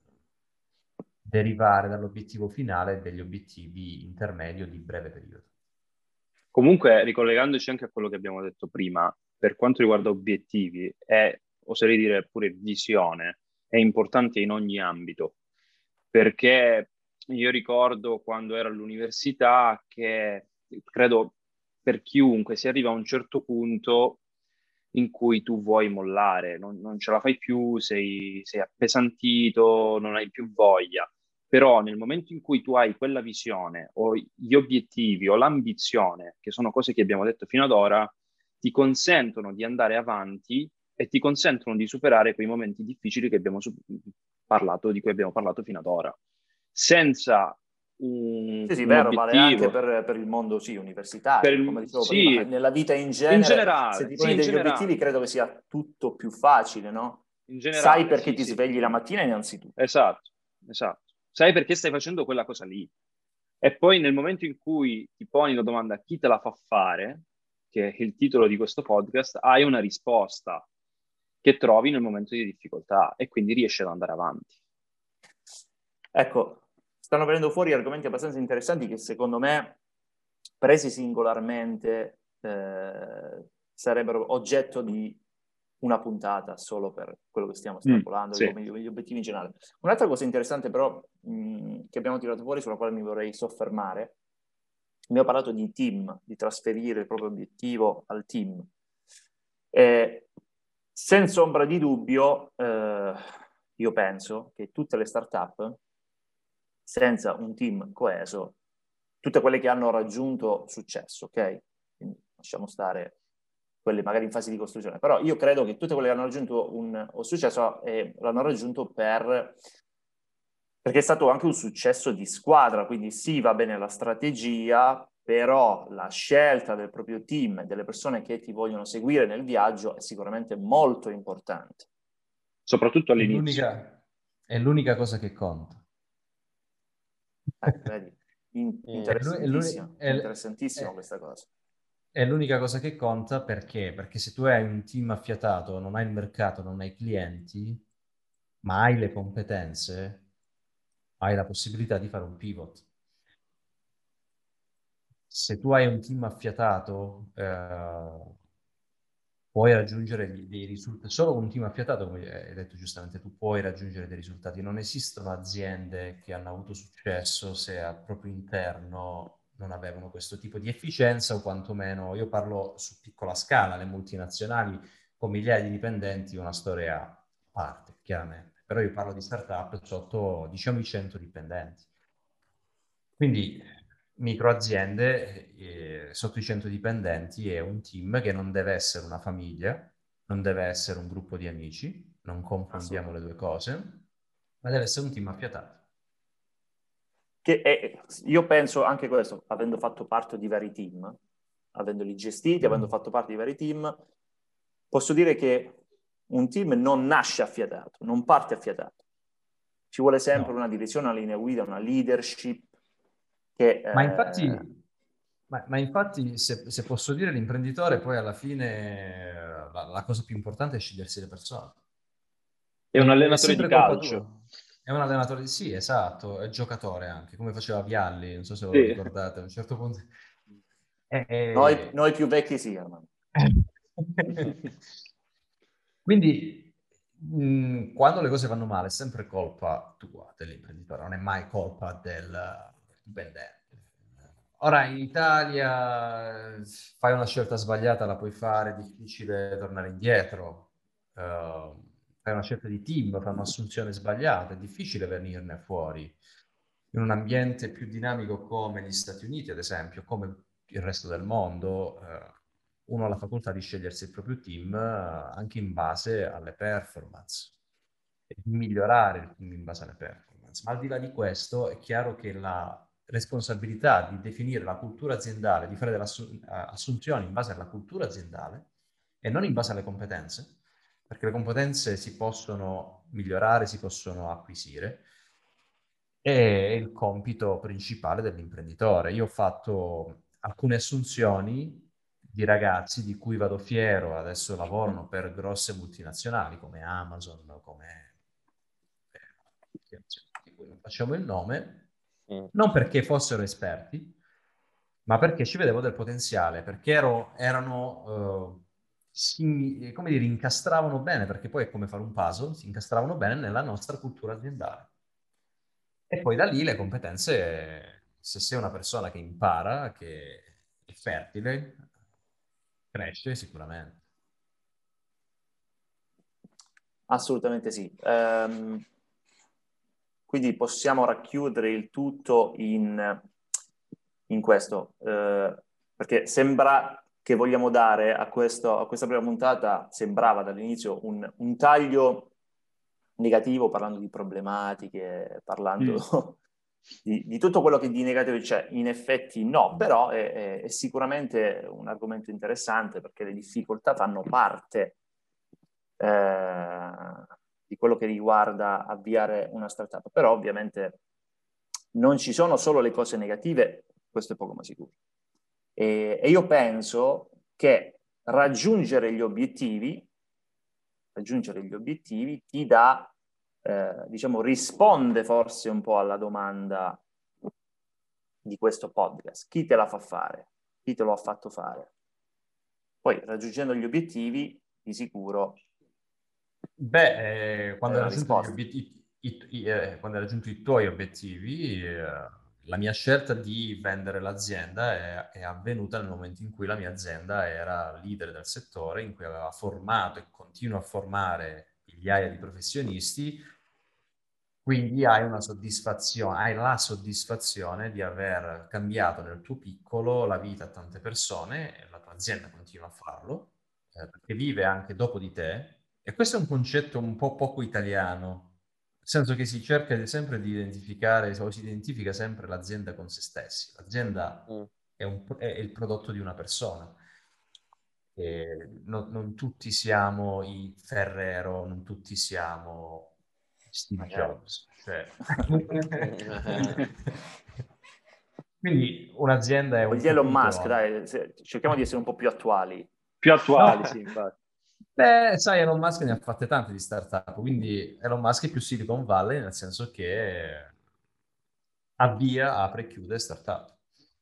derivare dall'obiettivo finale degli obiettivi intermedi o di breve periodo. comunque, ricollegandoci anche a quello che abbiamo detto prima, per quanto riguarda obiettivi e oserei dire pure visione, è importante in ogni ambito, perché io ricordo quando ero all'università che credo per chiunque si arriva a un certo punto in cui tu vuoi mollare, non, non ce la fai più, sei, sei appesantito, non hai più voglia. Però nel momento in cui tu hai quella visione o gli obiettivi o l'ambizione, che sono cose che abbiamo detto fino ad ora, ti consentono di andare avanti e ti consentono di superare quei momenti difficili che abbiamo su- parlato, di cui abbiamo parlato fino ad ora. Senza un, Sì, sì, un vero, vale anche obiettivo, per, per il mondo, sì, per universitario, come il- dicevo prima, sì, nella vita in in genere, se generale, ti sì, poni in degli obiettivi generale, credo che sia tutto più facile, no? in Sai generale, perché sì, ti sì, svegli la mattina innanzitutto. esatto, esatto. Sai perché stai facendo quella cosa lì? E poi nel momento in cui ti poni la domanda chi te la fa fare, che è il titolo di questo podcast, hai una risposta che trovi nel momento di difficoltà e quindi riesci ad andare avanti. Ecco, stanno venendo fuori argomenti abbastanza interessanti che secondo me, presi singolarmente, eh, sarebbero oggetto di una puntata solo per quello che stiamo Mm, estrapolando, sì. gli obiettivi in generale. Un'altra cosa interessante però mh, che abbiamo tirato fuori, sulla quale mi vorrei soffermare, abbiamo parlato di team, di trasferire il proprio obiettivo al team. Eh, senza ombra di dubbio, eh, io penso che tutte le start-up, senza un team coeso, tutte quelle che hanno raggiunto successo, ok? Quindi lasciamo stare quelle magari in fase di costruzione, però io credo che tutte quelle che hanno raggiunto un, un successo eh, l'hanno raggiunto per, perché è stato anche un successo di squadra, quindi sì, va bene la strategia, però la scelta del proprio team e delle persone che ti vogliono seguire nel viaggio è sicuramente molto importante. Soprattutto È all'inizio. l'unica, è l'unica cosa che conta. Eh, vedi? In- mm, È l'u- è l'uni- interessantissimo, è- interessantissimo è- questa cosa. è l'unica cosa che conta perché? Perché se tu hai un team affiatato, non hai il mercato, non hai clienti, ma hai le competenze, hai la possibilità di fare un pivot. Se tu hai un team affiatato, eh, puoi raggiungere dei, dei risultati. Solo con un team affiatato, come hai detto giustamente, tu puoi raggiungere dei risultati. Non esistono aziende che hanno avuto successo se al proprio interno non avevano questo tipo di efficienza o quantomeno, io parlo su piccola scala, le multinazionali con migliaia di dipendenti, una storia a parte, chiaramente. Però io parlo di startup sotto, diciamo, i cento dipendenti. Quindi microaziende eh, sotto i cento dipendenti è un team che non deve essere una famiglia, non deve essere un gruppo di amici, non confondiamo le due cose, ma deve essere un team affiatato. Che è, io penso anche questo, avendo fatto parte di vari team, avendoli gestiti, avendo fatto parte di vari team, posso dire che un team non nasce affiatato, non parte affiatato. Ci vuole sempre No. una direzione, una linea guida, una leadership che... Ma eh, infatti, ma, ma infatti se, se posso dire, l'imprenditore poi alla fine eh, la, la cosa più importante è scegliersi le persone. È un È allenatore di sempre colpa tua. calcio. È un allenatore di... Sì, esatto, è giocatore anche, come faceva Vialli, non so se ve lo Sì. ricordate, a un certo punto... Eh, noi, eh, noi più vecchi sì, Armando. Quindi, mh, quando le cose vanno male, è sempre colpa tua dell'imprenditore, non è mai colpa del dipendente. Ora in Italia eh, fai una scelta sbagliata, la puoi fare, è difficile tornare indietro. Uh, fai una scelta di team, fai un'assunzione sbagliata, è difficile venirne fuori. In un ambiente più dinamico come gli Stati Uniti, ad esempio, come il resto del mondo, eh, uno ha la facoltà di scegliersi il proprio team eh, anche in base alle performance e di migliorare il team in base alle performance. Ma al di là di questo è chiaro che la responsabilità di definire la cultura aziendale, di fare delle assu- assunzioni in base alla cultura aziendale e non in base alle competenze, perché le competenze si possono migliorare, si possono acquisire, è il compito principale dell'imprenditore. Io ho fatto alcune assunzioni di ragazzi di cui vado fiero, adesso lavorano per grosse multinazionali come Amazon, come eh, di cui non facciamo il nome, Mm. non perché fossero esperti, ma perché ci vedevo del potenziale, perché ero, erano, eh, si, come dire, incastravano bene, perché poi è come fare un puzzle, si incastravano bene nella nostra cultura aziendale. E poi da lì le competenze, se sei una persona che impara, che è fertile, cresce sicuramente. Assolutamente sì. Ehm, quindi possiamo racchiudere il tutto in, in questo, eh, perché sembra che vogliamo dare a, questo, a questa prima puntata, sembrava dall'inizio un, un taglio negativo, parlando di problematiche, parlando Mm. di, di tutto quello che di negativo c'è. In effetti no, però è, è, è sicuramente un argomento interessante, perché le difficoltà fanno parte eh, di quello che riguarda avviare una startup. Però ovviamente non ci sono solo le cose negative, questo è poco ma sicuro. E, e io penso che raggiungere gli obiettivi, raggiungere gli obiettivi ti dà, eh, diciamo, risponde forse un po' alla domanda di questo podcast. Chi te la fa fare? Chi te lo ha fatto fare? Poi, raggiungendo gli obiettivi, di sicuro Beh, eh, è quando hai la raggiunto gli risposta. obiettivi, i- i- eh, quando hai raggiunto i tuoi obiettivi, eh, la mia scelta di vendere l'azienda è, è avvenuta nel momento in cui la mia azienda era leader del settore, in cui aveva formato e continua a formare migliaia di professionisti. Quindi hai una soddisfazione, hai la soddisfazione di aver cambiato nel tuo piccolo la vita a tante persone e la tua azienda continua a farlo, eh, perché vive anche dopo di te. E questo è un concetto un po' poco italiano, nel senso che si cerca di- sempre di identificare, o si identifica sempre l'azienda con se stessi. L'azienda Mm. è, un- è il prodotto di una persona. E non, non tutti siamo i Ferrero, non tutti siamo Steve Magari. Jobs. Cioè... Quindi un'azienda è O un di Elon Musk, capitolo. dai, se- cerchiamo di essere un po' più attuali. Più No. attuali, sì, infatti. Beh, sai, Elon Musk ne ha fatte tante di startup, quindi Elon Musk è più Silicon Valley, nel senso che avvia, apre e chiude startup.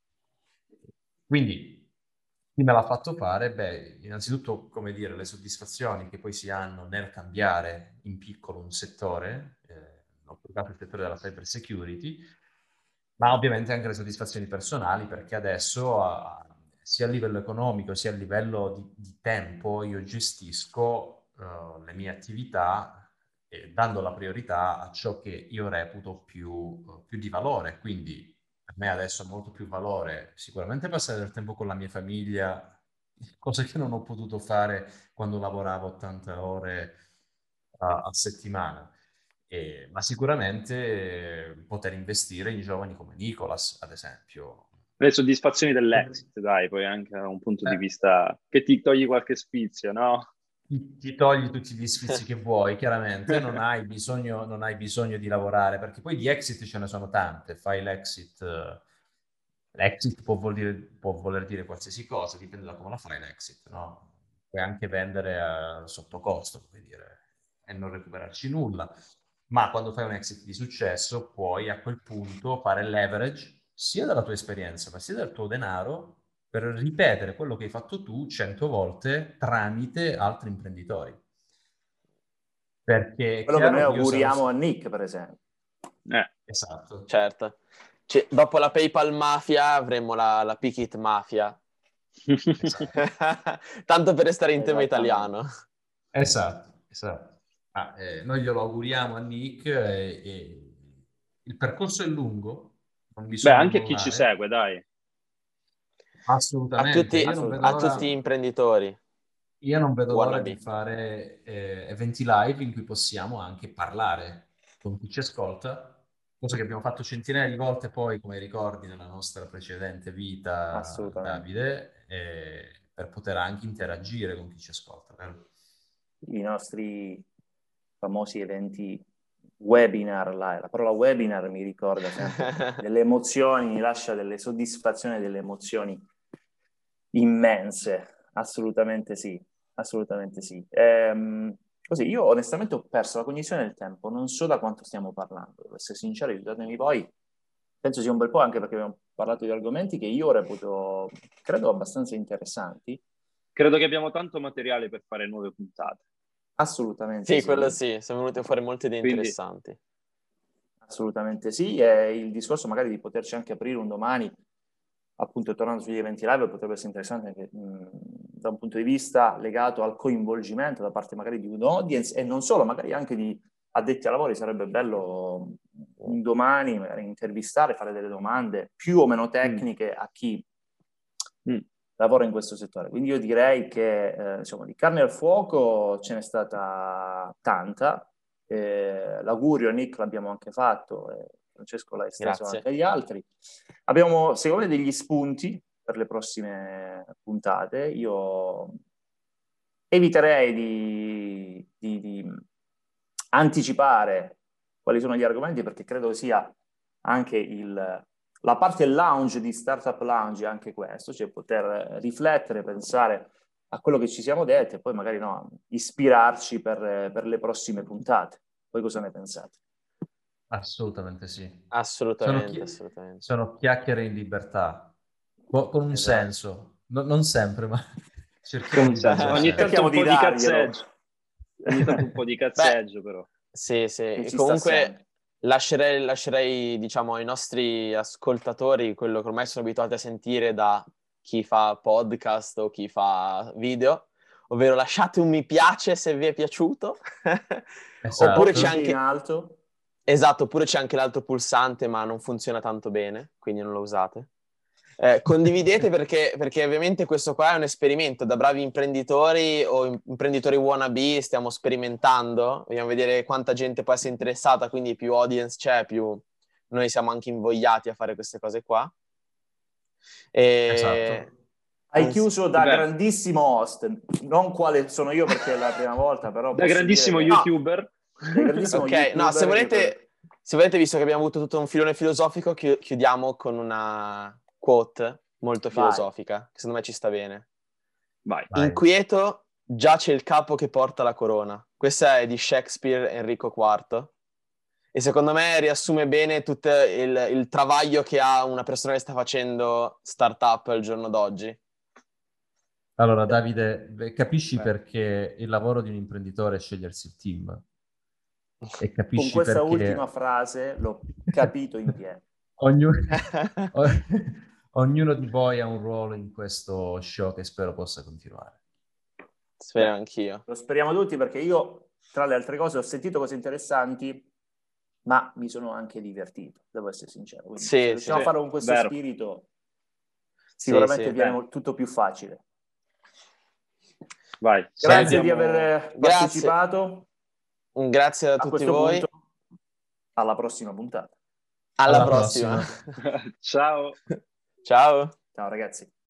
Quindi chi me l'ha fatto fare? Beh, innanzitutto, come dire, le soddisfazioni che poi si hanno nel cambiare in piccolo un settore, eh, ho toccato il settore della cyber security, ma ovviamente anche le soddisfazioni personali, perché adesso a- sia a livello economico sia a livello di, di tempo io gestisco eh, le mie attività eh, dando la priorità a ciò che io reputo più, più di valore, quindi a me adesso ha molto più valore sicuramente passare del tempo con la mia famiglia, cosa che non ho potuto fare quando lavoravo ottanta ore a, a settimana. E, ma sicuramente eh, poter investire in giovani come Nicolas, ad esempio. Le soddisfazioni dell'exit, dai, poi anche da un punto di Eh, vista che ti togli qualche spizio, no? ti, ti togli tutti gli sfizi che vuoi, chiaramente, non hai bisogno, non hai bisogno di lavorare, perché poi di exit ce ne sono tante. Fai l'exit, eh, l'exit può, vuol dire, può voler dire qualsiasi cosa, dipende da come la fai l'exit, no? Puoi anche vendere a sotto costo, come dire, e non recuperarci nulla. Ma quando fai un exit di successo, puoi a quel punto fare leverage sia dalla tua esperienza, ma sia dal tuo denaro per ripetere quello che hai fatto tu cento volte tramite altri imprenditori. Perché è Quello che noi chiaro, io sarò... auguriamo a Nick, per esempio. Eh. Esatto. Certo. Cioè, dopo la PayPal Mafia avremo la, la Pickit Mafia. Esatto. Tanto per restare in tema Esattamente. italiano. Esatto, esatto. Ah, eh, noi glielo auguriamo a Nick e, e il percorso è lungo, non Beh, bisogna anche a chi ci mollare. segue, dai. A Assolutamente, tutti, io non vedo a tutti gli l'ora, imprenditori io non vedo l'ora di wannabe. fare eh, eventi live in cui possiamo anche parlare con chi ci ascolta, cosa che abbiamo fatto centinaia di volte poi, come ricordi, nella nostra precedente vita, Assolutamente. Davide, eh, per poter anche interagire con chi ci ascolta, vero? I nostri famosi eventi webinar, la, la parola webinar mi ricorda sempre delle emozioni, mi lascia delle soddisfazioni, delle emozioni immense, assolutamente sì, assolutamente sì. Ehm, così, io onestamente ho perso la cognizione del tempo, non so da quanto stiamo parlando, devo essere sincero, aiutatemi voi, penso sia un bel po' anche perché abbiamo parlato di argomenti che io reputo, credo, abbastanza interessanti. Credo che abbiamo tanto materiale per fare nuove puntate. Assolutamente Sì, sì. quello sì, sono venute fuori molte idee Quindi... interessanti. Assolutamente sì, e il discorso magari di poterci anche aprire un domani, appunto tornando sugli eventi live, potrebbe essere interessante anche mh, da un punto di vista legato al coinvolgimento da parte magari di un audience e non solo, magari anche di addetti ai lavori. Sarebbe bello un domani magari intervistare, fare delle domande più o meno tecniche a chi Mm. lavora in questo settore. Quindi io direi che eh, insomma, di carne al fuoco ce n'è stata tanta. Eh, l'augurio a Nick l'abbiamo anche fatto, e Francesco l'ha esteso Grazie. anche agli altri. Abbiamo secondo me degli spunti per le prossime puntate. Io eviterei di, di, di anticipare quali sono gli argomenti perché credo sia anche il, la parte lounge di Startup Lounge, anche questo, cioè poter riflettere, pensare a quello che ci siamo detti e poi magari no, ispirarci per, per le prossime puntate. Voi cosa ne pensate? Assolutamente sì. Sono, Assolutamente, chi- assolutamente. sono chiacchiere in libertà, co- con un Esatto. senso. No- non sempre, ma Con cerchiamo un di dargli senso. un Ogni senso. tanto Cerchiamo un di po' di darglielo. cazzeggio. Ogni tanto un po' di Beh, cazzeggio, però. sì, sì. Che E ci sta sempre. comunque lascerei, lascerei, diciamo, ai nostri ascoltatori quello che ormai sono abituati a sentire da chi fa podcast o chi fa video, ovvero lasciate un mi piace se vi è piaciuto. Oppure c'è Esatto. In anche... alto. Esatto, oppure c'è anche l'altro pulsante, ma non funziona tanto bene, quindi non lo usate. Eh, condividete perché, perché ovviamente questo qua è un esperimento. Da bravi imprenditori o imprenditori wannabe stiamo sperimentando, vogliamo vedere quanta gente può essere interessata, quindi più audience c'è, più noi siamo anche invogliati a fare queste cose qua. E... Esatto. Hai Anzi, chiuso da Beh, grandissimo host, non quale sono io perché è la prima volta, però da posso dire grandissimo che no, YouTuber. da grandissimo ok, no, se YouTuber che per... volete, se volete, visto che abbiamo avuto tutto un filone filosofico, chi- chiudiamo con una quote molto Vai. filosofica, che secondo me ci sta bene. Vai. Vai. Inquieto giace il capo che porta la corona. Questa è di Shakespeare Enrico quarto. E secondo me riassume bene tutto il, il travaglio che ha una persona che sta facendo startup al giorno d'oggi. Allora, Davide, beh, capisci Beh, perché il lavoro di un imprenditore è scegliersi il team e con capisci questa ultima perché frase l'ho capito in pieno. ognuno, ognuno di voi ha un ruolo in questo show che spero possa continuare. Spero Beh, anch'io. lo speriamo tutti perché io, tra le altre cose, ho sentito cose interessanti ma mi sono anche divertito, devo essere sincero. Quindi, Sì, se sì, riusciamo sì, a farlo con questo vero. spirito, Sì, sicuramente sì. viene Bene. tutto più facile. Vai. Grazie di Andiamo- aver Grazie. partecipato. Un grazie a A tutti questo voi. punto, alla prossima puntata. Alla, Alla prossima. prossima. Ciao. Ciao. Ciao ragazzi.